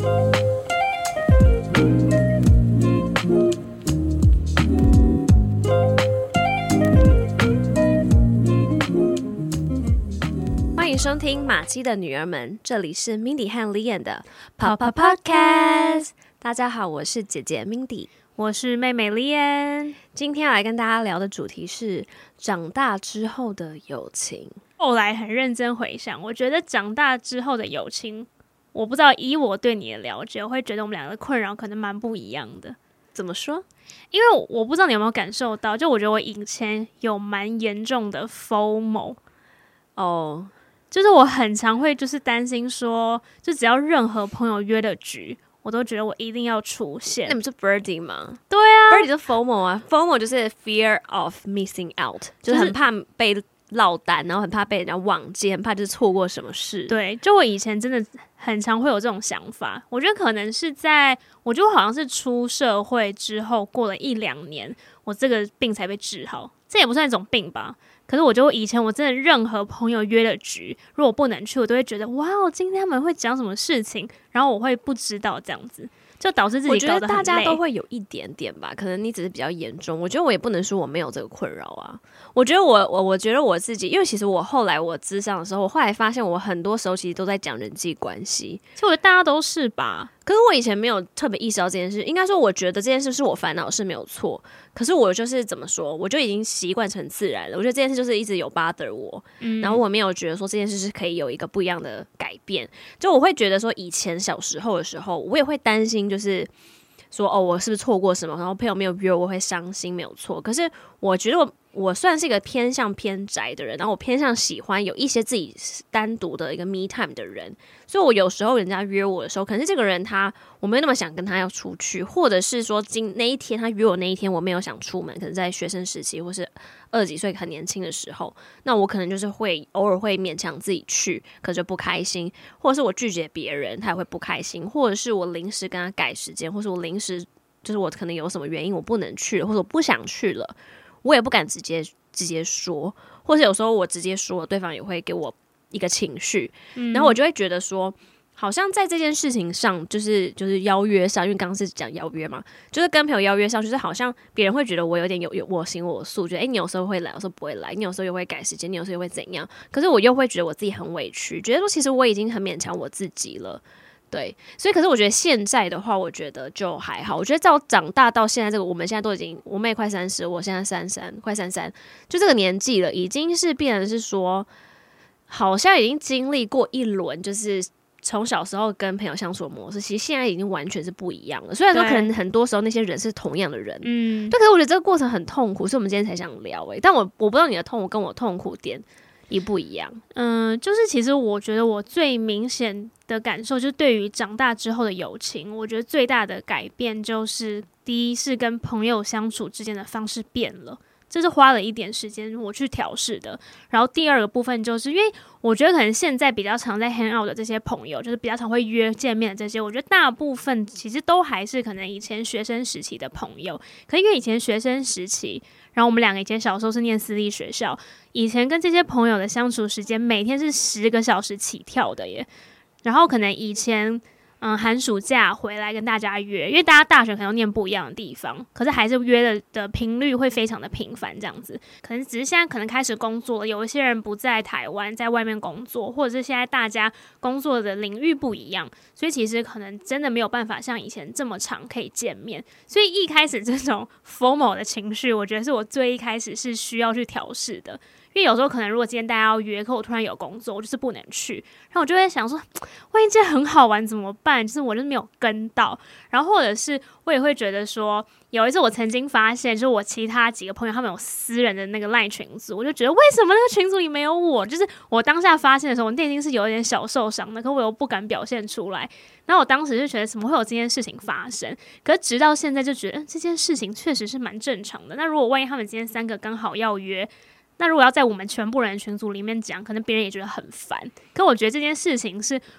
欢迎收听马姬的女儿们，这里是 Mindy 和 Lian 的 Papa Podcast。大家好，我是姐姐 Mindy， 我是妹妹 Lian。 今天要来跟大家聊的主题是长大之后的友情。 后来很认真回想，我觉得长大之后的友情，我不知道以我对你的了解，我会觉得我们两个困扰可能蛮不一样的。 怎么说？ 因为我不知道你有没有感受到，就我觉得我以前有蛮严重的 FOMO 哦。 就是我很常会就是担心说，就只要任何朋友约的局，我都觉得我一定要出现。 那你们是 Birdy 吗？ 对啊 ，Birdy 就是 FOMO 啊 ，FOMO 就是 Fear of Missing Out， 就是很怕被落单，然后很怕被人家忘记，很怕就是错过什么事。 对，就我以前真的很常会有这种想法。我觉得可能是我觉得我好像是出社会之后过了1-2年，我这个病才被治好。这也不算一种病吧。可是我觉得以前我真的任何朋友约的局，如果不能去，我都会觉得哇，今天他们会讲什么事情，然后我会不知道这样子，就导致自己搞得很累。 我觉得大家都会有一点点吧，可能你只是比较严重。我觉得我也不能说我没有这个困扰啊。我觉得我觉得我自己，因为其实我后来我咨商的时候，我后来发现我很多时候其实都在讲人际关系。 其实我觉得大家都是吧。 可是我以前没有特别意识到这件事，应该说我觉得这件事是我烦恼是没有错，可是我就是怎么说，我就已经习惯成自然了。我觉得这件事就是一直有 bother 我，然后我没有觉得说这件事是可以有一个不一样的改变。就我会觉得说，以前小时候的时候，我也会担心，就是说哦，我是不是错过什么？然后朋友没有约我会伤心，没有错。可是我觉得我算是一个偏宅的人，然后我偏向喜欢有一些自己单独的一个 me time 的人，所以我有时候人家约我的时候，可能是这个人我没有那么想跟他要出去，或者是说那一天他约我那一天我没有想出门，可能在学生时期或是20几岁很年轻的时候，那我可能就是会偶尔会勉强自己去，可是就不开心，或者是我拒绝别人他也会不开心，或者是我临时跟他改时间，或是我临时就是我可能有什么原因我不能去了，或者我不想去了，我也不敢直接说，或者有时候我直接说了，对方也会给我一个情绪，然后我就会觉得说，好像在这件事情上，就是邀约上，因为刚刚是讲邀约嘛，就是跟朋友邀约上，就是好像别人会觉得我有点有我行我素，觉得你有时候会来，有时候不会来，你有时候又会改时间，你有时候又会怎样，可是我又会觉得我自己很委屈，觉得说其实我已经很勉强我自己了。对，所以可是我觉得现在的话，我觉得就还好。我觉得到长大到现在这个，我们现在都已经，我妹快30，我现在33，快33，就这个年纪了，已经是变成是说，好像已经经历过一轮，就是从小时候跟朋友相处的模式，其实现在已经完全是不一样了。虽然说可能很多时候那些人是同样的人，对，可是我觉得这个过程很痛苦，所以我们今天才想聊但我不知道你的痛苦跟我痛苦点一不一样。 就是其实我觉得我最明显的感受，就是对于长大之后的友情，我觉得最大的改变就是第一是跟朋友相处之间的方式变了，这是花了一点时间我去调试的。然后第二个部分就是因为我觉得可能现在比较常在 hang out 的这些朋友，就是比较常会约见面的这些，我觉得大部分其实都还是可能以前学生时期的朋友。可是因为以前学生时期，然后我们两个以前小时候是念私立学校，以前跟这些朋友的相处时间每天是10个小时起跳的耶。然后可能以前寒暑假回来跟大家约，因为大家大学可能都念不一样的地方，可是还是约的频率会非常的频繁这样子。可能只是现在可能开始工作了，有一些人不在台湾，在外面工作，或者是现在大家工作的领域不一样，所以其实可能真的没有办法像以前这么长可以见面。所以一开始这种 FOMO 的情绪，我觉得是我最一开始是需要去调试的。因为有时候可能如果今天大家要约，可我突然有工作，我就是不能去，然后我就会想说，万一今天很好玩怎么办？就是我就是没有跟到，然后或者是我也会觉得说，有一次我曾经发现，就是我其他几个朋友他们有私人的那个 LINE 群组，我就觉得为什么那个群组里没有我？就是我当下发现的时候，我内心是有一点小受伤的，可我又不敢表现出来。然后我当时就觉得怎么会有这件事情发生？可是直到现在就觉得，这件事情确实是蛮正常的。那如果万一他们今天3个刚好要约，那如果要在我们全部人群组里面讲，可能别人也觉得很烦。可我觉得这件事情是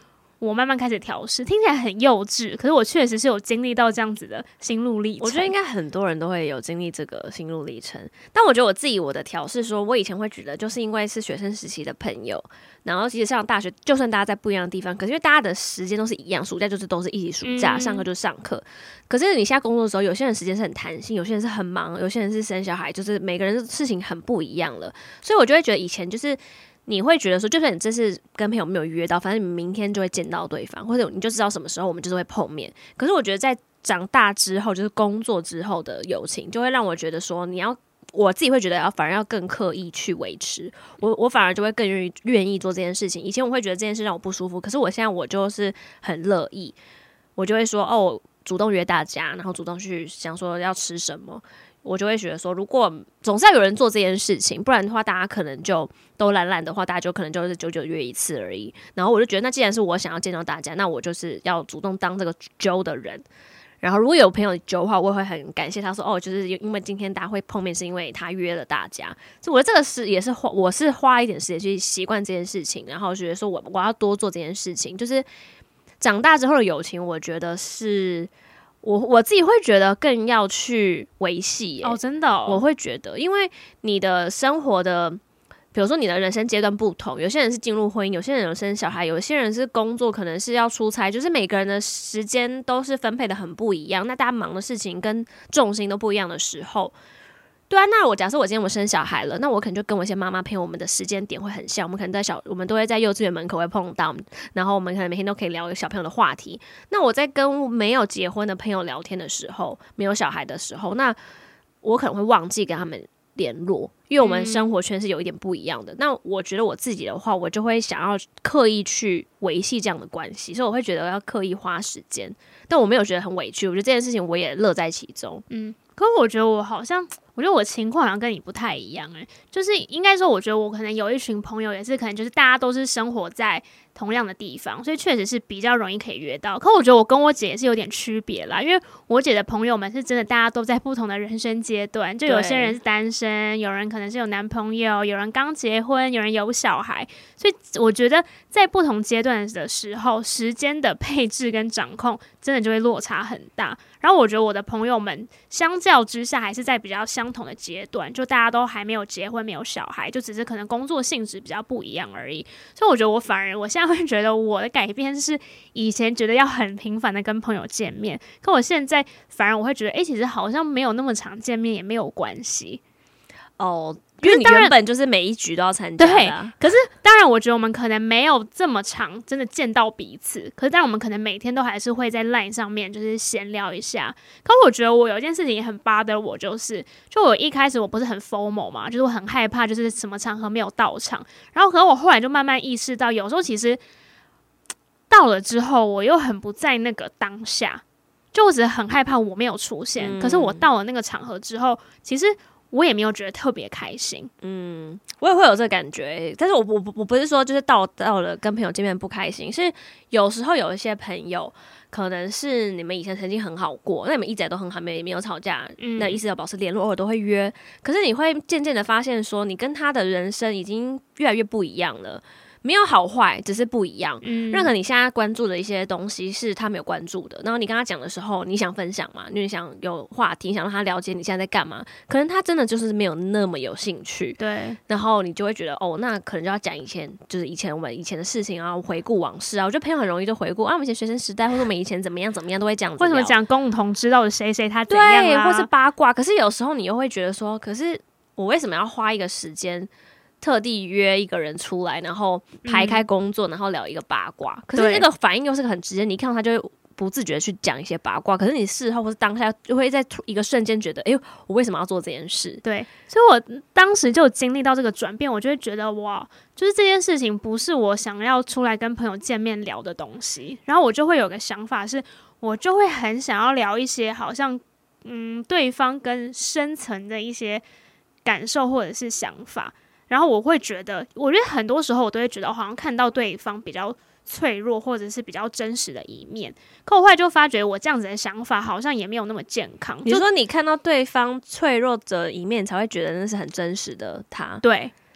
我慢慢开始调试，听起来很幼稚，可是我确实是有经历到这样子的心路历程。 我觉得应该很多人都会有经历这个心路历程，但我觉得我的调试说，我以前会觉得就是因为是学生时期的朋友，然后其实上大学，就算大家在不一样的地方，可是因为大家的时间都是一样，暑假就是都是一起暑假，上课就上课。可是你现在工作的时候，有些人时间是很弹性，有些人是很忙，有些人是生小孩，就是每个人的事情很不一样了，所以我就会觉得以前就是你会觉得说，就算你这次跟朋友没有约到，反正你明天就会见到对方，或者你就知道什么时候我们就是会碰面。可是我觉得在长大之后，就是工作之后的友情，就会让我觉得说，我自己会觉得反而要更刻意去维持。我反而就会更愿意做这件事情。以前我会觉得这件事让我不舒服，可是我现在我就是很乐意，我就会说哦，主动约大家，然后主动去想说要吃什么。我就会觉得说，如果总是要有人做这件事情，不然的话，大家可能就都懒懒的话，大家就可能就是久久约一次而已。然后我就觉得，那既然是我想要见到大家，那我就是要主动当这个揪的人。然后如果有朋友揪的话，我也会很感谢他说，哦，就是因为今天大家会碰面，是因为他约了大家。所以我觉得这个也是我是花一点时间去习惯这件事情，然后觉得说我要多做这件事情。就是长大之后的友情，我觉得是。我自己会觉得更要去维系哦，真的哦， 我会觉得，因为你的生活的，比如说你的人生阶段不同，有些人是进入婚姻，有些人有生小孩，有些人是工作，可能是要出差，就是每个人的时间都是分配的很不一样，那大家忙的事情跟重心都不一样的时候。对啊，那假设我今天我生小孩了，那我可能就跟我一些妈妈朋友，我们的时间点会很像，我们可能我们都会在幼稚园门口会碰到，然后我们可能每天都可以聊小朋友的话题。那我在跟没有结婚的朋友聊天的时候，没有小孩的时候，那我可能会忘记跟他们联络，因为我们生活圈是有一点不一样的。那我觉得我自己的话，我就会想要刻意去维系这样的关系，所以我会觉得要刻意花时间，但我没有觉得很委屈，我觉得这件事情我也乐在其中。 可我觉得我觉得我情况好像跟你不太一样就是应该说，我觉得我可能有一群朋友也是，可能就是大家都是生活在同样的地方，所以确实是比较容易可以约到。可我觉得我跟我姐也是有点区别啦，因为我姐的朋友们是真的大家都在不同的人生阶段，就有些人是单身，有人可能是有男朋友，有人刚结婚，有人有小孩，所以我觉得在不同阶段的时候，时间的配置跟掌控真的就会落差很大。然后我觉得我的朋友们相较之下还是在比较相同的阶段，就大家都还没有结婚，没有小孩，就只是可能工作性质比较不一样而已。所以我觉得我现在会觉得我的改变是以前觉得要很频繁的跟朋友见面，可我现在反而我会觉得其实好像没有那么常见面也没有关系哦，因为你原本就是每一局都要参加的啊。 对，可是当然我觉得我们可能没有这么常真的见到彼此，可是当然我们可能每天都还是会在 LINE 上面就是闲聊一下。可我觉得我有一件事情也很 bother 我，就我一开始我不是很 FOMO 嘛，就是我很害怕就是什么场合没有到场，然后可是我后来就慢慢意识到，有时候其实到了之后我又很不在那个当下，就我只是很害怕我没有出现，可是我到了那个场合之后，其实我也没有觉得特别开心。 我也会有这个感觉，但是我不是说就是到了跟朋友见面不开心，是有时候有一些朋友可能是你们以前曾经很好过，那你们一直都很好，没有吵架，那一直要保持联络，偶尔都会约，可是你会渐渐的发现说，你跟他的人生已经越来越不一样了。没有好坏，只是不一样。任何你现在关注的一些东西是他没有关注的，然后你跟他讲的时候，你想分享嘛？你想有话题，想让他了解你现在在干嘛？可能他真的就是没有那么有兴趣。 对， 然后你就会觉得哦，那可能就要讲我们以前的事情啊，回顾往事啊。我觉得朋友很容易就回顾我们以前学生时代，或者我们以前怎么样都会这样子。 为什么讲共同知道的谁他怎样对，或是八卦？可是有时候你又会觉得说，可是我为什么要花一个时间？特地约一个人出来，然后排开工作，然后聊一个八卦。可是那个反应又是很直接，你看到他就会不自觉地去讲一些八卦。可是你事后或是当下就会在一个瞬间觉得，我为什么要做这件事？ 对，所以我当时就经历到这个转变，我就会觉得哇，就是这件事情不是我想要出来跟朋友见面聊的东西。然后我就会有个想法是，我就会很想要聊一些好像对方更深层的一些感受或者是想法。然后我觉得很多时候我都会觉得我好像看到对方比较脆弱或者是比较真实的一面，可我后来就发觉我这样子的想法好像也没有那么健康。 你说你看到对方脆弱的一面才会觉得那是很真实的他？ 对，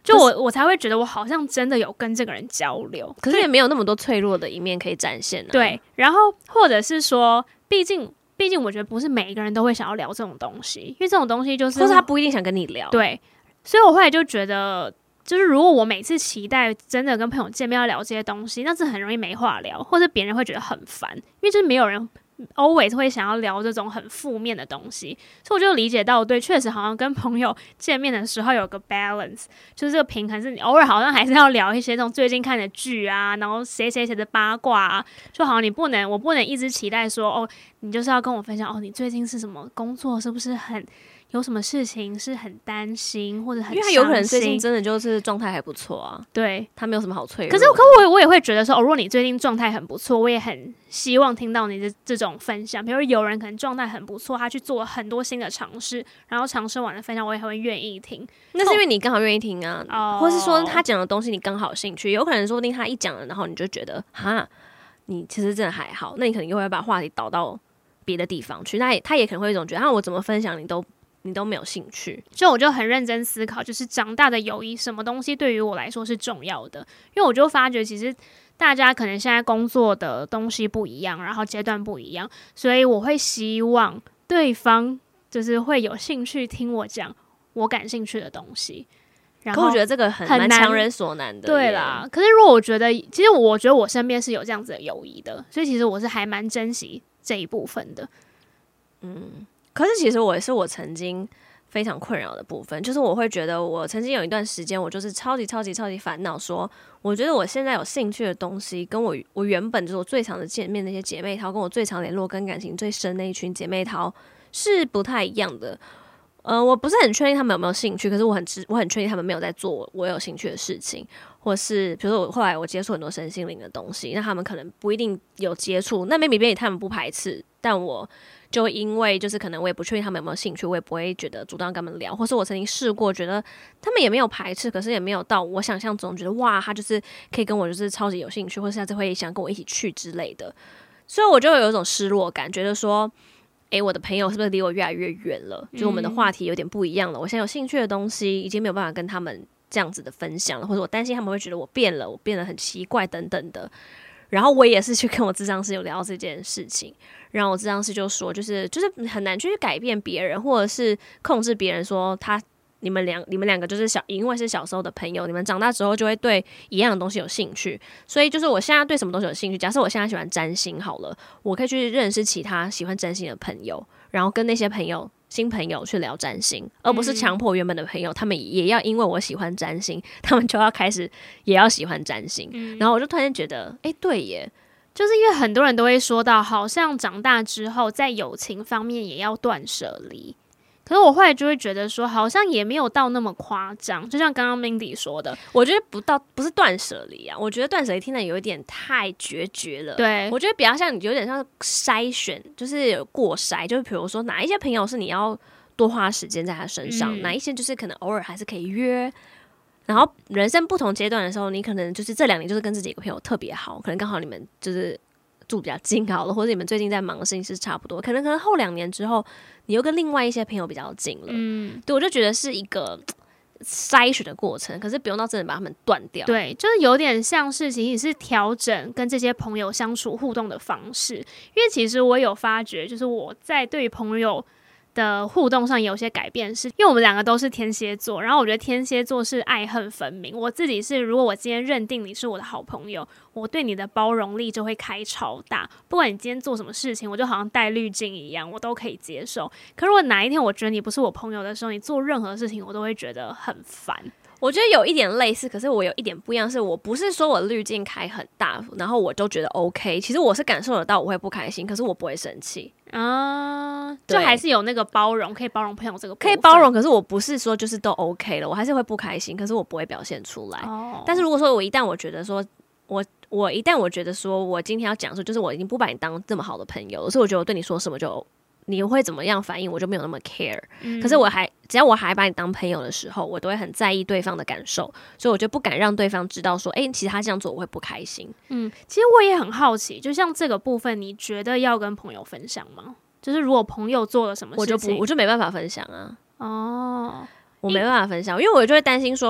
就我才会觉得我好像真的有跟这个人交流， 可是也没有那么多脆弱的一面可以展现啊。 对，然后或者是说，毕竟我觉得不是每一个人都会想要聊这种东西，因为这种东西就是， 或是他不一定想跟你聊。 对，所以我后来就觉得，就是如果我每次期待真的跟朋友见面要聊这些东西，那这很容易没话聊，或者别人会觉得很烦，因为就是没有人always 会想要聊这种很负面的东西，所以我就理解到，对，确实好像跟朋友见面的时候有个 balance， 就是这个平衡是你偶尔好像还是要聊一些这种最近看的剧啊，然后谁谁谁的八卦啊，就好像我不能一直期待说，哦，你就是要跟我分享，哦，你最近是什么工作，是不是有什么事情是很担心或者很伤心，因为他有可能最近真的就是状态还不错啊， 对， 他没有什么好脆弱的。可我也会觉得说，哦，如果你最近状态很不错，我也很希望听到你的这种分享。比如有人可能状态很不错，他去做了很多新的尝试，然后尝试完的分享，我也很会愿意听。 那是因为你刚好愿意听啊，或是说他讲的东西你刚好有兴趣，有可能说不定他一讲了，然后你就觉得哈，你其实真的还好，那你可能又会把话题导到别的地方去。那他也可能会有一种觉得，我怎么分享你都没有兴趣， 所以我就很认真思考，就是长大的友谊什么东西对于我来说是重要的。因为我就发觉，其实大家可能现在工作的东西不一样，然后阶段不一样，所以我会希望对方就是会有兴趣听我讲我感兴趣的东西。然后可我觉得这个蛮强人所难的。 对啦，可是如果其实我觉得我身边是有这样子的友谊的，所以其实我是还蛮珍惜这一部分的。 可是其实我曾经非常困扰的部分，就是我会觉得我曾经有一段时间，我就是超级烦恼，说我觉得我现在有兴趣的东西，跟我原本就是我最常的见面那些姐妹淘，跟我最常联络、跟感情最深的一群姐妹淘是不太一样的。我不是很确定他们有没有兴趣，可是我很确定他们没有在做我有兴趣的事情，或是比如说后来我接触很多身心灵的东西，那他们可能不一定有接触，那 maybe 他们不排斥，但我就因为就是可能我也不确定他们有没有兴趣，我也不会觉得主动跟他们聊，或是我曾经试过，觉得他们也没有排斥，可是也没有到我想象中觉得哇，他就是可以跟我就是超级有兴趣，或是下次会想跟我一起去之类的，所以我就有一种失落感，觉得说我的朋友是不是离我越来越远了？就我们的话题有点不一样了。我现在有兴趣的东西已经没有办法跟他们这样子的分享了，或者我担心他们会觉得我变了，我变得很奇怪等等的。然后我也是去跟我咨商师有聊到这件事情，然后我咨商师就说，就是很难去改变别人，或者是控制别人说你们两个就是因为是小时候的朋友，你们长大之后就会对一样的东西有兴趣，所以就是我现在对什么东西有兴趣，假设我现在喜欢占星好了，我可以去认识其他喜欢占星的朋友，然后跟那些新朋友去聊占星，而不是强迫原本的朋友他们也要因为我喜欢占星，他们就要开始也要喜欢占星。然后我就突然觉得对耶， 就是因为很多人都会说到好像长大之后在友情方面也要断舍离，可是我后来就会觉得说好像也没有到那么夸张，就像刚刚 Mindy 说的， 我觉得不是断舍离啊，我觉得断舍离听得有一点太决绝了。 对， 我觉得比较像有点像筛选，就是有过筛，就是比如说哪一些朋友是你要多花时间在他身上，哪一些就是可能偶尔还是可以约。然后人生不同阶段的时候，你可能就是这2年就是跟自己一个朋友特别好，可能刚好你们就是住比较近好了，或者你们最近在忙的事情是差不多，可能后2年之后，你又跟另外一些朋友比较近了。对，我就觉得是一个筛选的过程，可是不用到真的把他们断掉。 对，就是有点像是其实是调整跟这些朋友相处互动的方式，因为其实我有发觉，就是我在对于朋友的互动上有些改变，是因为我们2个都是天蝎座，然后我觉得天蝎座是爱恨分明。我自己是，如果我今天认定你是我的好朋友，我对你的包容力就会开超大，不管你今天做什么事情，我就好像带滤镜一样，我都可以接受。可如果哪一天我觉得你不是我朋友的时候，你做任何事情我都会觉得很烦。 我觉得有一点类似，可是我有一点不一样，是我不是说我滤镜开很大，然后我就觉得 OK， 其实我是感受得到我会不开心，可是我不会生气啊， 就还是有那个包容，可以包容朋友这个部分， 可以包容，可是我不是说就是都 OK 了，我还是会不开心，可是我不会表现出来。但是如果说我一旦我觉得说我今天要讲说，就是我已经不把你当这么好的朋友了，所以我觉得我对你说什么就你会怎么样反应，我就没有那么 care。可是只要我还把你当朋友的时候，我都会很在意对方的感受，所以我就不敢让对方知道说，其实他这样做我会不开心。 其实我也很好奇，就像这个部分，你觉得要跟朋友分享吗？就是如果朋友做了什么事情， 我就没办法分享啊。我没办法分享，因为我就会担心说，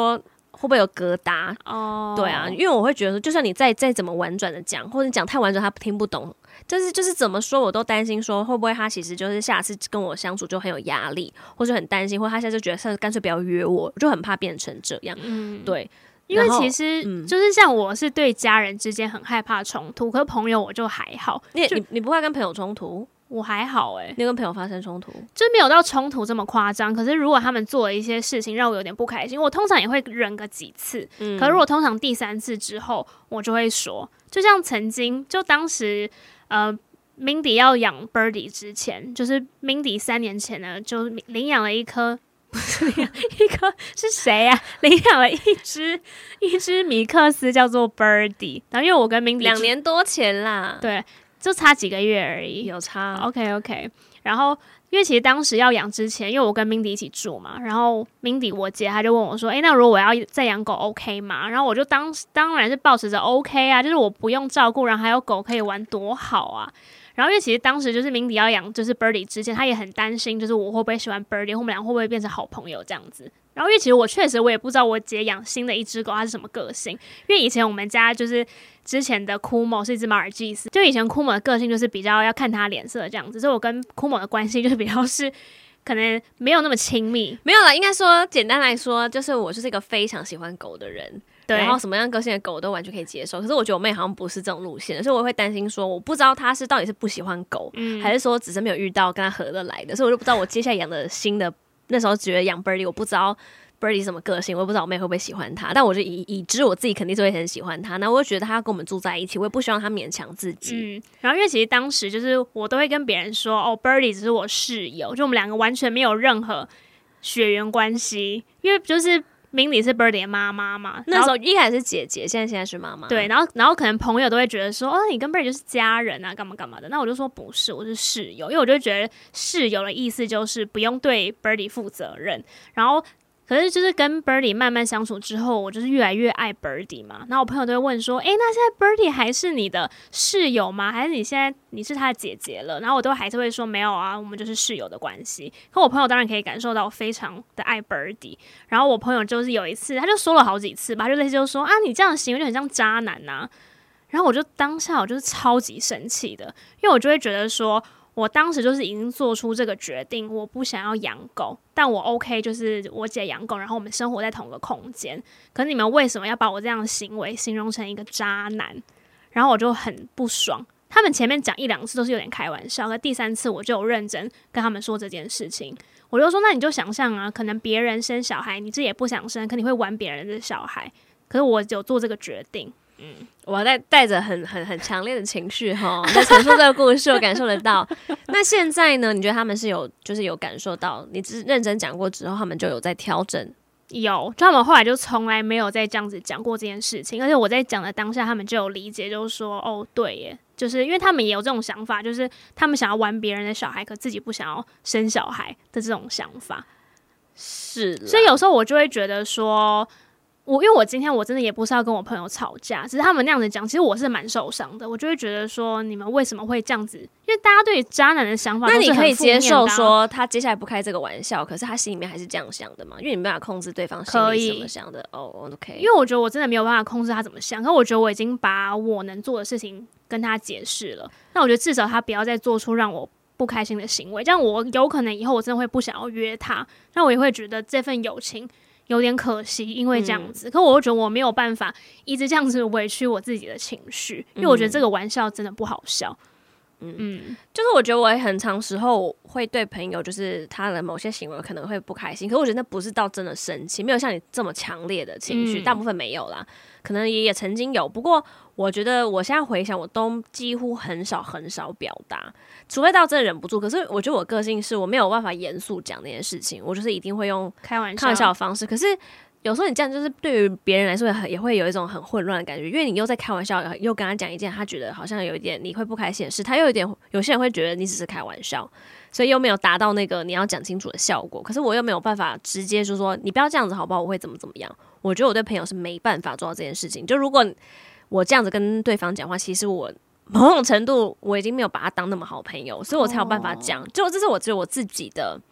会不会有疙瘩？对啊，因为我会觉得说，就算你再怎么婉转的讲，或者你讲太婉转他听不懂，就是怎么说我都担心说会不会他其实就是下次跟我相处就很有压力，或者很担心，或者他现在就觉得干脆不要约我就很怕变成这样。对， 因为其实就是像我是对家人之间很害怕冲突，可是朋友我就还好。 你不会跟朋友冲突？ 我还好你跟朋友发生冲突就没有到冲突这么夸张，可是如果他们做了一些事情让我有点不开心，我通常也会忍个几次，可是如果通常第3次之后我就会说，就像曾经就当时Mindy 要养 Birdie 之前，就是 Mindy 3年前呢就领养了一颗不是一颗是谁啊？领养了一只米克斯叫做 Birdie， 然后因为我跟 Mindy 2年多前啦， 对，就差几个月而已， 有差。 OK， 然后因为其实当时要养之前，因为我跟 Mindy 一起住嘛，然后 Mindy 我姐她就问我说：“那如果我要再养狗 OK 吗？”然后我就当然是抱持着 OK 啊，就是我不用照顾，然后还有狗可以玩，多好啊！然后因为其实当时就是 Mindy 要养就是 Birdie 之前，她也很担心，就是我会不会喜欢 Birdie， 我们俩会不会变成好朋友这样子。然后因为其实我确实也不知道我姐养新的一只狗它是什么个性，因为以前我们家就是之前的 Kumo 是一只马尔济斯，就以前 Kumo 的个性就是比较要看它脸色这样子，所以我跟 Kumo 的关系就是比较是可能没有那么亲密。 没有啦，应该说简单来说，就是我就是一个非常喜欢狗的人。然后什么样个性的狗都完全可以接受，可是我觉得我妹好像不是这种路线的，所以我会担心说，我不知道她到底是不喜欢狗，还是说只是没有遇到跟她合得来的，所以我就不知道我接下来养的新的，那时候觉得养 Birdie， 我不知道 Birdie 是什么个性，我也不知道我妹会不会喜欢她，但我就已知我自己肯定是会很喜欢她，那我就觉得她要跟我们住在一起，我也不希望她勉强自己。 然后因为其实当时就是我都会跟别人说，Birdie 只是我室友，就我们2个完全没有任何血缘关系，因为就是Mindy 是 Birdie 的妈妈嘛， 那时候一开始是姐姐，现在是妈妈。 对，然后可能朋友都会觉得说，你跟 Birdie 就是家人啊，干嘛干嘛的。那我就说不是，我是室友，因为我就觉得室友的意思就是不用对 Birdie 负责任。然后可是就是跟 Birdie 慢慢相处之后，我就是越来越爱 Birdie 嘛。然后我朋友都会问说，那现在 Birdie 还是你的室友吗？还是你是他的姐姐了？然后我都还是会说没有啊，我们就是室友的关系。可我朋友当然可以感受到我非常的爱 Birdie。然后我朋友就是有一次，他就说了好几次吧，就类似就说你这样的行为就很像渣男啊。然后我就当下我就是超级生气的，因为我就会觉得说，我当时就是已经做出这个决定，我不想要养狗，但我 OK， 就是我姐养狗，然后我们生活在同个空间。可是你们为什么要把我这样的行为形容成一个渣男？然后我就很不爽。他们前面讲1-2次都是有点开玩笑，可第3次我就有认真跟他们说这件事情。我就说，那你就想象啊，可能别人生小孩，你自己也不想生，可你会玩别人的小孩。可是我有做这个决定。 我带着很强烈的情绪在陈述这个故事，我感受得到。那现在呢？你觉得他们是有感受到你只是认真讲过之后，他们就有在调整？ 有，就他们后来就从来没有再这样子讲过这件事情，而且我在讲的当下，他们就有理解，就是说对耶，就是因为他们也有这种想法，就是他们想要玩别人的小孩，可自己不想要生小孩的这种想法。 是， 所以有时候我就会觉得说。因为我今天我真的也不是要跟我朋友吵架，只是他们那样子讲，其实我是蛮受伤的。我就会觉得说，你们为什么会这样子？因为大家对于渣男的想法都是很负面的。 那你可以接受说他接下来不开这个玩笑，可是他心里面还是这样想的嘛？因为你没办法控制对方心里怎么想的。OK。因为我觉得我真的没有办法控制他怎么想，可我觉得我已经把我能做的事情跟他解释了。那我觉得至少他不要再做出让我不开心的行为，这样我有可能以后我真的会不想要约他，那我也会觉得这份友情有点可惜，因为这样子。可我又觉得我没有办法一直这样子委屈我自己的情绪，因为我觉得这个玩笑真的不好笑。 就是我觉得我很长时候会对朋友，就是他的某些行为可能会不开心，可是我觉得那不是到真的生气，没有像你这么强烈的情绪，大部分没有啦，可能也曾经有，不过我觉得我现在回想，我都几乎很少表达，除非到真的忍不住。可是我觉得我个性是我没有办法严肃讲那件事情，我就是一定会用开玩笑的方式。可是有时候你这样就是对于别人来说也会有一种很混乱的感觉，因为你又在开玩笑，又跟他讲一件他觉得好像有一点你会不开心的事，他又有些人会觉得你只是开玩笑，所以又没有达到那个你要讲清楚的效果。可是我又没有办法直接就说你不要这样子好不好，我会怎么样。我觉得我对朋友是没办法做到这件事情。就如果我这样子跟对方讲话，其实我某种程度我已经没有把他当那么好朋友，所以我才有办法讲。就这是我只有我自己的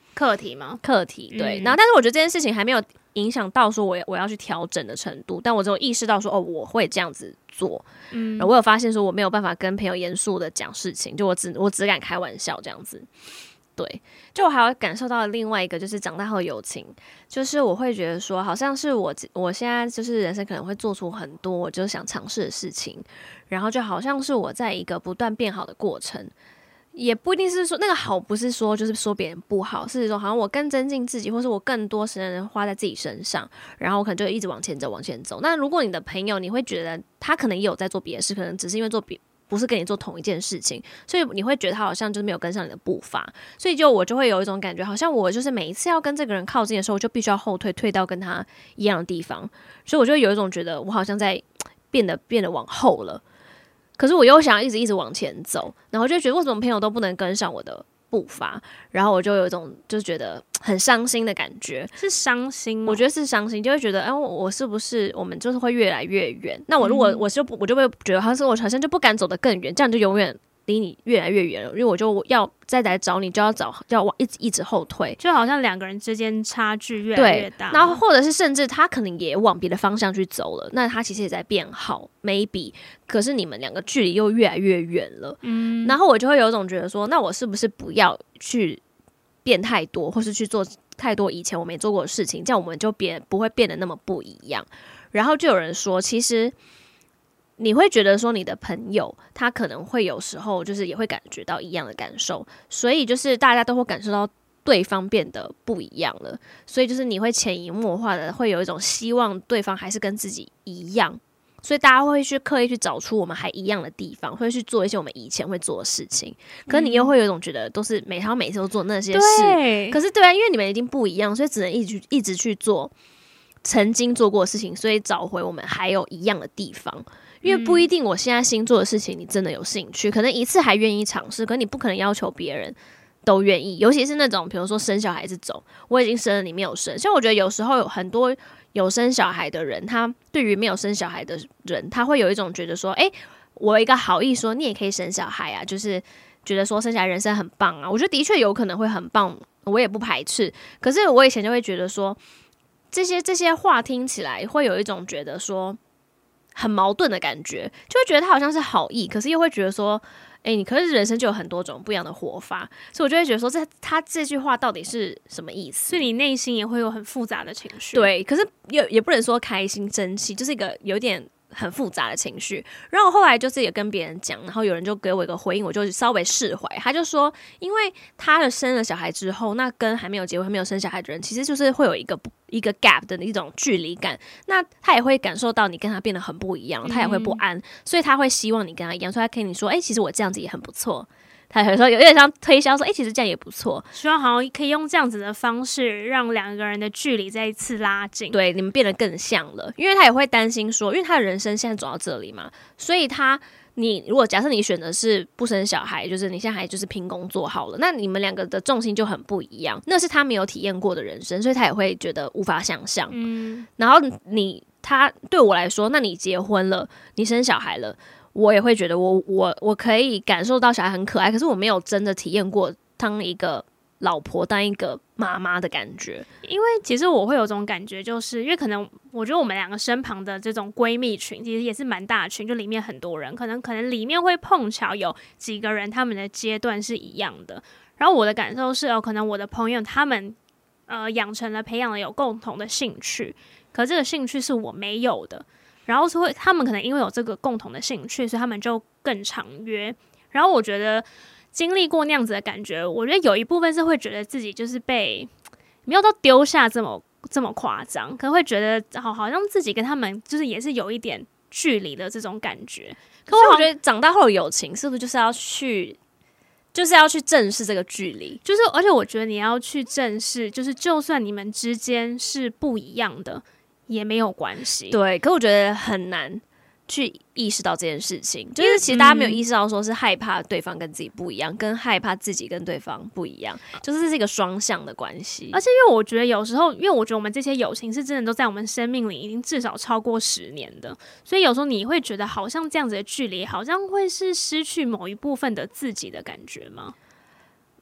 课题吗？ 课题对，然后但是我觉得这件事情还没有影响到说我要去调整的程度，但我只有意识到说我会这样子做，然后我有发现说我没有办法跟朋友严肃的讲事情，就我只敢开玩笑这样子。对，就我还有感受到另外一个就是长大后的友情，就是我会觉得说好像是我现在就是人生可能会做出很多我就是想尝试的事情，然后就好像是我在一个不断变好的过程。也不一定是说那个好，不是说就是说别人不好，是说好像我更增进自己，或是我更多时间花在自己身上，然后我可能就一直往前走。那如果你的朋友，你会觉得他可能也有在做别的事，可能只是因为不是跟你做同一件事情，所以你会觉得他好像就是没有跟上你的步伐，所以我就会有一种感觉，好像我就是每一次要跟这个人靠近的时候，我就必须要后退到跟他一样的地方，所以我就会有一种觉得我好像在变得往后了。可是我又想要一直往前走，然后就觉得为什么朋友都不能跟上我的步伐，然后我就有一种就是觉得很伤心的感觉。 是伤心吗？ 我觉得是伤心，就会觉得我是不是我们就是会越来越远？那我如果我就会觉得好像就不敢走得更远，这样就永远离你越来越远了，因为我就要再来找你，就要往一直后退， 就好像两个人之间差距越来越大。 然后或者是甚至他可能也往别的方向去走了，那他其实也在变好 ，maybe， 可是你们两个距离又越来越远了。然后我就会有一种觉得说，那我是不是不要去变太多，或是去做太多以前我没做过的事情，这样我们就不会变得那么不一样。然后就有人说，其实你会觉得说你的朋友他可能会有时候就是也会感觉到一样的感受，所以就是大家都会感受到对方变得不一样了，所以就是你会潜移默化的会有一种希望对方还是跟自己一样，所以大家会去刻意去找出我们还一样的地方，会去做一些我们以前会做的事情。可是你又会有一种觉得都是每次都做那些事，可是对啊，因为你们已经不一样，所以只能一直去做曾经做过的事情，所以找回我们还有一样的地方。因为不一定我现在新做的事情你真的有兴趣，可能一次还愿意尝试，可是你不可能要求别人都愿意，尤其是那种比如说生小孩这种，我已经生了你没有生，像我觉得有时候有很多有生小孩的人，他对于没有生小孩的人，他会有一种觉得说我有一个好意说你也可以生小孩啊，就是觉得说生下来人生很棒啊，我觉得的确有可能会很棒，我也不排斥。可是我以前就会觉得说这些话听起来会有一种觉得说很矛盾的感觉，就会觉得他好像是好意，可是又会觉得说你可是人生就有很多种不一样的活法，所以我就会觉得说他这句话到底是什么意思， 所以你内心也会有很复杂的情绪。 对，可是也不能说开心生气，就是一个有点很复杂的情绪。然后我后来就是也跟别人讲，然后有人就给我一个回应，我就稍微释怀。他就说，因为他生了小孩之后，那跟还没有结婚、还没有生小孩的人，其实就是会有一个 gap 的一种距离感。那他也会感受到你跟他变得很不一样，他也会不安，所以他会希望你跟他一样，所以他跟你说，其实我这样子也很不错。他有时候有点像推销说，其实这样也不错， 希望好像可以用这样子的方式让两个人的距离再一次拉近， 对，你们变得更像了。因为他也会担心说，因为他的人生现在走到这里嘛，所以你如果假设你选的是不生小孩，就是你现在还就是拼工作好了，那你们两个的重心就很不一样，那是他没有体验过的人生，所以他也会觉得无法想象。然后他对我来说，那你结婚了，你生小孩了，我也会觉得我可以感受到小孩很可爱，可是我没有真的体验过当一个老婆、当一个妈妈的感觉。 因为其实我会有种感觉，就是因为可能我觉得我们两个身旁的这种闺蜜群其实也是蛮大的群，就里面很多人，可能里面会碰巧有几个人他们的阶段是一样的。然后我的感受是可能我的朋友他们培养了有共同的兴趣，可这个兴趣是我没有的。然后他们可能因为有这个共同的兴趣，所以他们就更常约。然后我觉得经历过那样子的感觉，我觉得有一部分是会觉得自己就是被没有到丢下这么夸张，可能会觉得好像自己跟他们就是也是有一点距离的这种感觉。 可是我觉得长大后的友情是不是就是要去正视这个距离？ 就是而且我觉得你要去正视，就是就算你们之间是不一样的也没有关系。 对，可我觉得很难去意识到这件事情，就是其实大家没有意识到说是害怕对方跟自己不一样，跟害怕自己跟对方不一样，就是这是一个双向的关系。 而且因为我觉得有时候，因为我觉得我们这些友情是真的都在我们生命里已经至少超过10年的，所以有时候你会觉得好像这样子的距离好像会是失去某一部分的自己的感觉吗？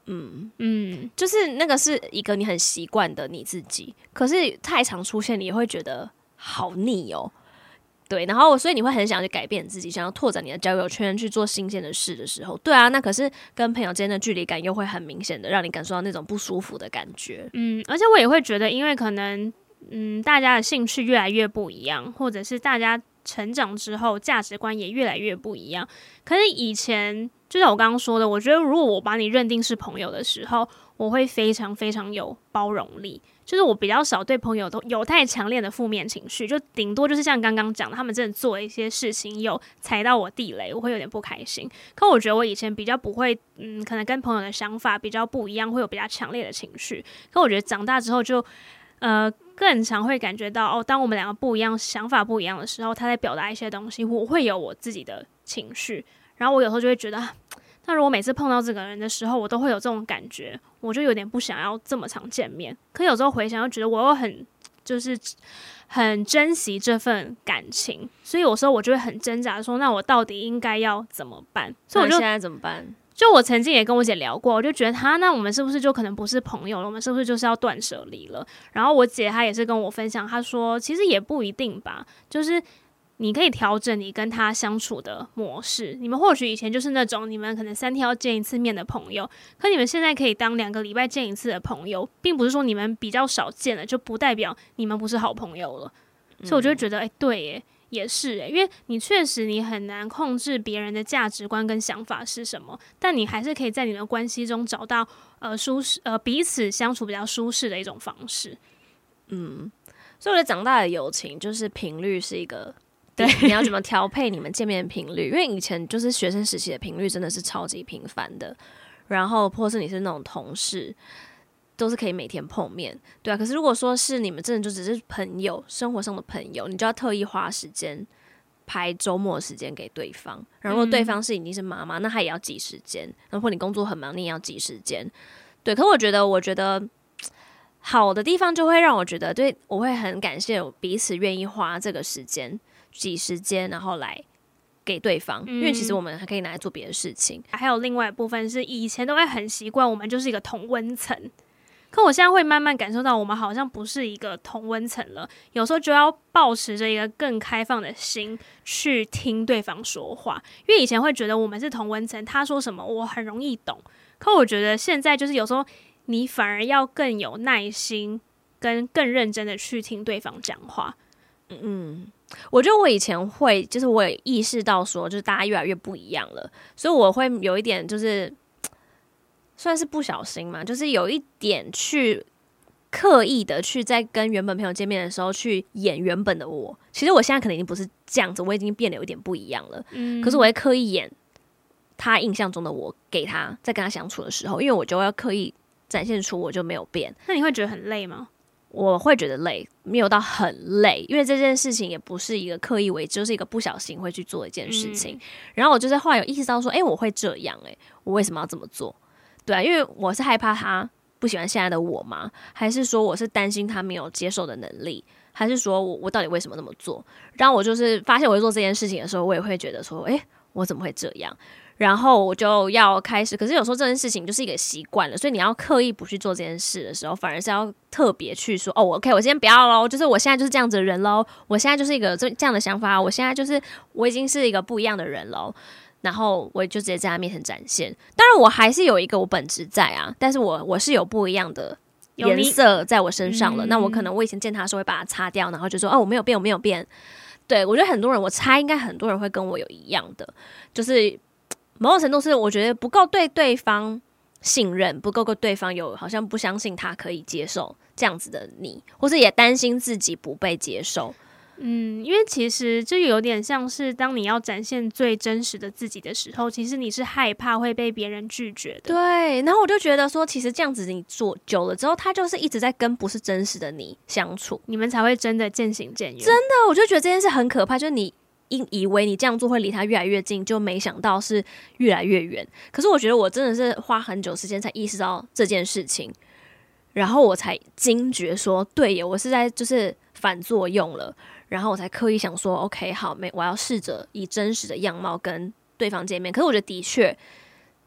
就是那个是一个你很习惯的你自己，可是太常出现，你也会觉得好腻哦。对，然后所以你会很想去改变自己，想要拓展你的交友圈，去做新鲜的事的时候，对啊，那可是跟朋友之间的距离感又会很明显的让你感受到那种不舒服的感觉。 而且我也会觉得，因为可能大家的兴趣越来越不一样，或者是大家成长之后价值观也越来越不一样。可是以前就像我刚刚说的，我觉得如果我把你认定是朋友的时候，我会非常非常有包容力，就是我比较少对朋友都有太强烈的负面情绪，就顶多就是像刚刚讲的，他们真的做了一些事情有踩到我地雷，我会有点不开心。可我觉得我以前比较不会，可能跟朋友的想法比较不一样，会有比较强烈的情绪。可我觉得长大之后就更常会感觉到当我们两个不一样，想法不一样的时候，他在表达一些东西，我会有我自己的情绪，然后我有时候就会觉得那如果每次碰到这个人的时候，我都会有这种感觉，我就有点不想要这么常见面。可有时候回想，又觉得我又很珍惜这份感情，所以有时候我就会很挣扎说，那我到底应该要怎么办？所以我就现在怎么办？ 就我曾经也跟我姐聊过，我就觉得那我们是不是就可能不是朋友了？我们是不是就是要断舍离了？然后我姐她也是跟我分享，她说其实也不一定吧，就是你可以调整你跟他相处的模式。你们或许以前就是那种你们可能3天要见一次面的朋友，可你们现在可以当2个礼拜见一次的朋友，并不是说你们比较少见了就不代表你们不是好朋友了。所以我就会觉得对耶，也是耶，因为你确实你很难控制别人的价值观跟想法是什么，但你还是可以在你的关系中找到彼此相处比较舒适的一种方式。 所以我觉得长大的友情就是频率是一个，对，你要怎么调配你们见面的频率？因为以前就是学生时期的频率真的是超级频繁的，然后或是你是那种同事，都是可以每天碰面，对啊。可是如果说是你们真的就只是朋友，生活上的朋友，你就要特意花时间排周末的时间给对方。然后如果对方是已经是妈妈，那他也要挤时间。然后你工作很忙，你也要挤时间。对，可我觉得好的地方就会让我觉得，对，我会很感谢彼此愿意花这个时间挤时间，然后来给对方，因为其实我们还可以拿来做别的事情。 还有另外一部分是以前都会很习惯我们就是一个同温层，可我现在会慢慢感受到我们好像不是一个同温层了，有时候就要抱持着一个更开放的心去听对方说话。因为以前会觉得我们是同温层，他说什么我很容易懂，可我觉得现在就是有时候你反而要更有耐心跟更认真的去听对方讲话。 我觉得我以前会，就是我也意识到说，就是大家越来越不一样了，所以我会有一点就是算是不小心嘛，就是有一点去刻意的去在跟原本朋友见面的时候去演原本的我。其实我现在可能已经不是这样子，我已经变得有点不一样了。可是我会刻意演他印象中的我给他，在跟他相处的时候，因为我就要刻意展现出我就没有变。 那你会觉得很累吗？ 我会觉得累，没有到很累，因为这件事情也不是一个刻意为之，就是一个不小心会去做的一件事情。然后我就是后来有意识到说，我会这样，我为什么要这么做？对啊，因为我是害怕他不喜欢现在的我吗？还是说我是担心他没有接受的能力？还是说我到底为什么那么做？然后我就是发现我在做这件事情的时候，我也会觉得说，我怎么会这样？然后我就要开始，可是有时候这件事情就是一个习惯了，所以你要刻意不去做这件事的时候，反而是要特别去说，OK， 我今天不要咯，就是我现在就是这样子的人咯，我现在就是一个这样的想法，我现在就是我已经是一个不一样的人咯，然后我就直接在他面前展现。当然我还是有一个我本质在啊，但是我是有不一样的颜色在我身上了。那我可能我以前见他的时候会把它擦掉，然后就说我没有变，我没有变。对，我觉得很多人，我猜应该很多人会跟我有一样的，就是某种程度是我觉得不够对对方信任，不够对方有好像不相信他可以接受这样子的你，或是也担心自己不被接受。 因为其实就有点像是当你要展现最真实的自己的时候，其实你是害怕会被别人拒绝的。 对，然后我就觉得说，其实这样子你做久了之后，他就是一直在跟不是真实的你相处， 你们才会真的渐行渐远。 真的，我就觉得这件事很可怕，就是你以为你这样做会离他越来越近，就没想到是越来越远。可是我觉得我真的是花很久时间才意识到这件事情，然后我才惊觉说，对耶，我是在就是反作用了。然后我才刻意想说 OK 好，我要试着以真实的样貌跟对方见面。可是我觉得的确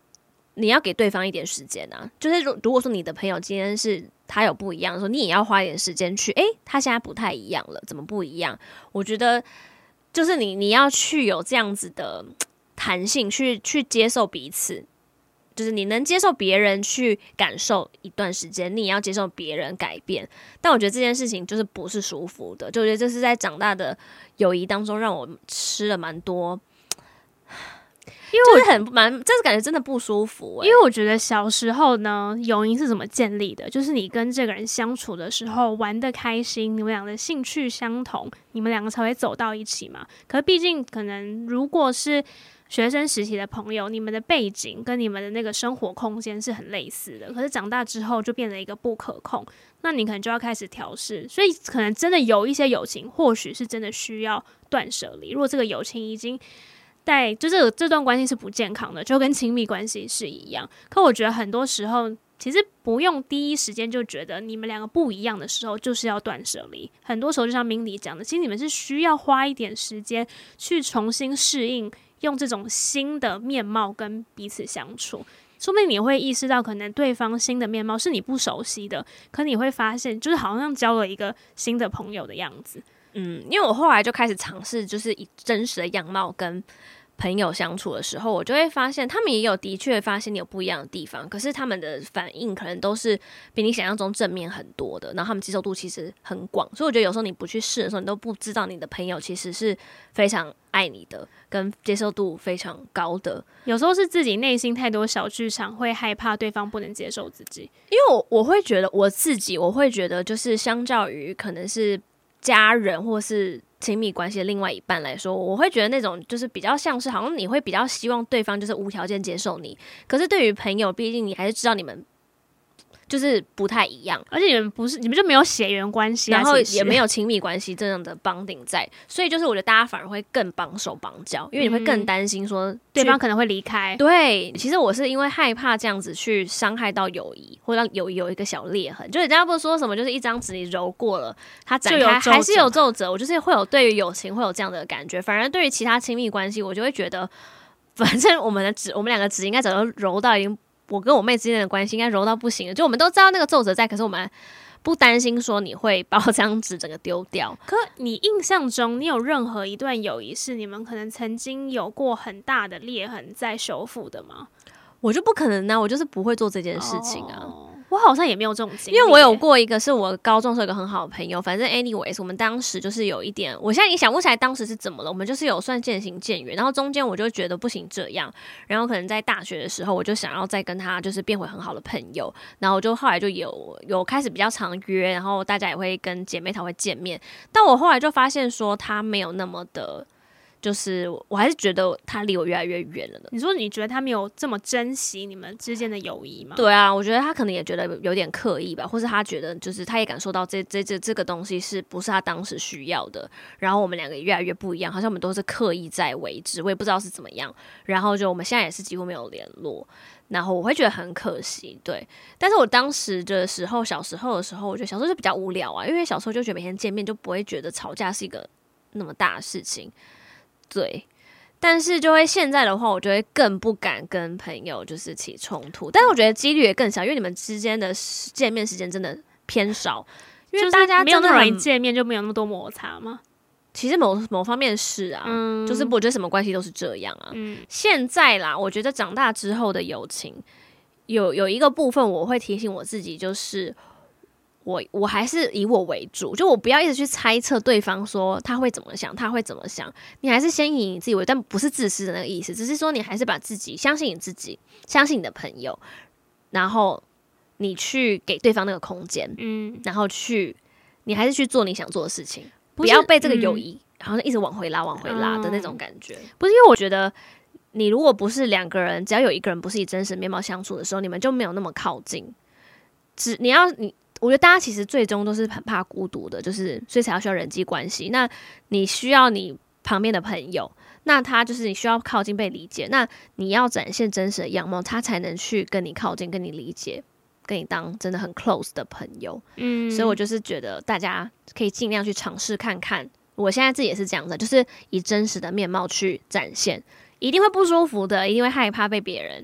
你要给对方一点时间啊。就是如果说你的朋友今天是他有不一样的时候，你也要花一点时间去，他现在不太一样了，怎么不一样？我觉得就是你要去有这样子的弹性，去接受彼此。就是你能接受别人去感受一段时间，你也要接受别人改变。但我觉得这件事情就是不是舒服的，就我觉得这是在长大的友谊当中让我吃了蛮多，因为我这感觉真的不舒服因为我觉得小时候呢，友谊是怎么建立的？就是你跟这个人相处的时候玩得开心，你们俩的兴趣相同，你们两个才会走到一起嘛。可是毕竟可能如果是学生时期的朋友，你们的背景跟你们的那个生活空间是很类似的，可是长大之后就变成一个不可控，那你可能就要开始调试，所以可能真的有一些友情，或许是真的需要断舍离。如果这个友情已经就这段关系是不健康的，就跟亲密关系是一样。可我觉得很多时候其实不用第一时间就觉得你们两个不一样的时候就是要断舍离，很多时候就像Mindy讲的，其实你们是需要花一点时间去重新适应，用这种新的面貌跟彼此相处。说不定你会意识到可能对方新的面貌是你不熟悉的，可你会发现就是好像交了一个新的朋友的样子。 因为我后来就开始尝试就是以真实的样貌跟朋友相处的时候，我就会发现他们也有的确发现你有不一样的地方，可是他们的反应可能都是比你想象中正面很多的，然后他们接受度其实很广，所以我觉得有时候你不去试的时候，你都不知道你的朋友其实是非常爱你的，跟接受度非常高的。 有时候是自己内心太多小剧场，会害怕对方不能接受自己。 因为我会觉得我会觉得就是相较于可能是家人或是亲密关系的另外一半来说，我会觉得那种就是比较像是好像你会比较希望对方就是无条件接受你，可是对于朋友，毕竟你还是知道你们就是不太一样， 而且你们就没有血缘关系然后也没有亲密关系这样的绑定在，所以就是我觉得大家反而会更绑手绑脚，因为你会更担心说对方可能会离开。 对，其实我是因为害怕这样子去伤害到友谊，或让友谊有一个小裂痕。就人家不是说什么，就是一张纸你揉过了，它展开还是有皱褶。我就是会有对于友情会有这样的感觉，反而对于其他亲密关系，我就会觉得，反正我们两个纸应该早就揉到已经。我跟我妹之间的关系应该柔到不行了，就我们都知道那个皱褶在，可是我们不担心说你会把我这张纸整个丢掉。 可你印象中，你有任何一段友谊是你们可能曾经有过很大的裂痕在修复的吗？ 我就不可能啊，我就是不会做这件事情啊。 我好像也没有这种经历， 因为我有过一个是我高中时候有一个很好的朋友，反正 anyways 我们当时就是有一点，我现在也想不起来当时是怎么了，我们就是有算渐行渐远，然后中间我就觉得不行这样，然后可能在大学的时候我就想要再跟他就是变回很好的朋友，然后我就后来就有开始比较常约，然后大家也会跟姐妹淘会见面，但我后来就发现说他没有那么的。就是我还是觉得他离我越来越远了呢。 你说你觉得他没有这么珍惜你们之间的友谊吗？ 对啊，我觉得他可能也觉得有点刻意吧，或是他觉得就是他也感受到这个东西是不是他当时需要的，然后我们两个也越来越不一样，好像我们都是刻意在为之，我也不知道是怎么样，然后就我们现在也是几乎没有联络，然后我会觉得很可惜，对。但是我当时的时候，小时候的时候，我觉得小时候就比较无聊啊，因为小时候就觉得每天见面就不会觉得吵架是一个那么大的事情。对，但是就会现在的话，我就会更不敢跟朋友就是起冲突，但是我觉得几率也更小，因为你们之间的见面时间真的偏少，因为大家没有那么容易见面，就没有那么多摩擦吗？ 其实某方面是啊，就是我觉得什么关系都是这样啊。现在啦，我觉得长大之后的友情有一个部分，我会提醒我自己，就是我还是以我为主，就我不要一直去猜测对方说他会怎么想，他会怎么想。你还是先以你自己为，但不是自私的那个意思，只是说你还是把自己相信你自己，相信你的朋友，然后你去给对方那个空间，然后你还是去做你想做的事情，不要被这个友谊好像一直往回拉的那种感觉。不是因为我觉得你如果不是两个人，只要有一个人不是以真实面貌相处的时候，你们就没有那么靠近。我觉得大家其实最终都是很怕孤独的，就是所以才要需要人际关系。那你需要你旁边的朋友，那他就是你需要靠近被理解，那你要展现真实的样貌，他才能去跟你靠近，跟你理解，跟你当真的很 close 的朋友。所以我就是觉得大家可以尽量去尝试看看。我现在自己也是这样的，就是以真实的面貌去展现，一定会不舒服的，一定会害怕被别人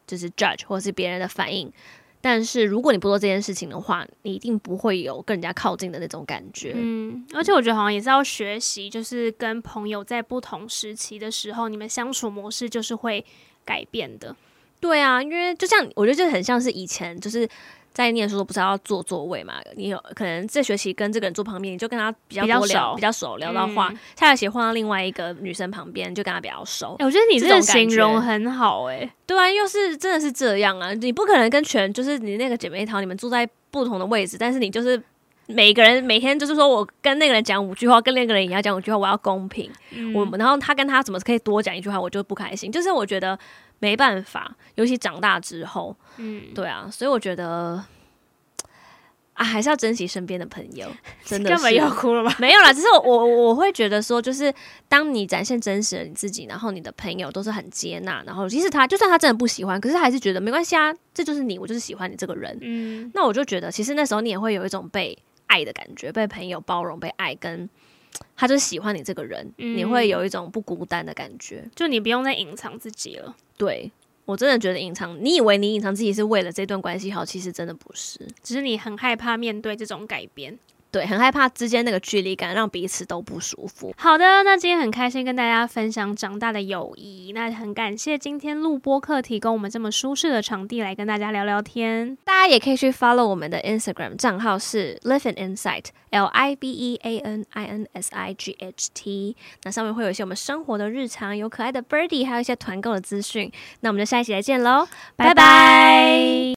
就是 judge 或是别人的反应。但是如果你不做这件事情的话，你一定不会有跟人家靠近的那种感觉。 而且我觉得好像也是要学习，就是跟朋友在不同时期的时候，你们相处模式就是会改变的。 对啊，因为就像我觉得就很像是以前就是在念书的不是要坐座位嘛，你有可能这学期跟这个人坐旁边，你就跟他比较多聊，比较熟，聊到话，下学期换到另外一个女生旁边，就跟他比较熟。 我觉得你这个形容很好对啊，又是真的是这样啊，你不可能跟就是你那个姐妹淘，你们住在不同的位置，但是你就是每个人每天就是说我跟那个人讲5句话，跟那个人也要讲5句话，我要公平。然后他跟他怎么可以多讲1句话，我就不开心。就是我觉得没办法，尤其长大之后，对啊，所以我觉得还是要珍惜身边的朋友。真的是， 根本要哭了吧？ 没有啦，只是我会觉得说，就是当你展现真实的你自己，然后你的朋友都是很接纳，然后即使就算他真的不喜欢，可是还是觉得没关系啊，这就是你，我就是喜欢你这个人。那我就觉得，其实那时候你也会有一种被爱的感觉，被朋友包容，被爱，跟他就是喜欢你这个人，你会有一种不孤单的感觉， 就你不用再隐藏自己了。 对，我真的觉得你以为你隐藏自己是为了这段关系好，其实真的不是， 只是你很害怕面对这种改变。 对，很害怕之间那个距离感让彼此都不舒服。 好的，那今天很开心跟大家分享长大的友谊，那很感谢今天录播客提供我们这么舒适的场地来跟大家聊聊天。 大家也可以去 follow 我们的 Instagram 账号是 Live an Insight LIVEANINSIGHT， 那上面会有一些我们生活的日常，有可爱的 Birdie， 还有一些团购的资讯。那我们就下一期再见咯，拜拜。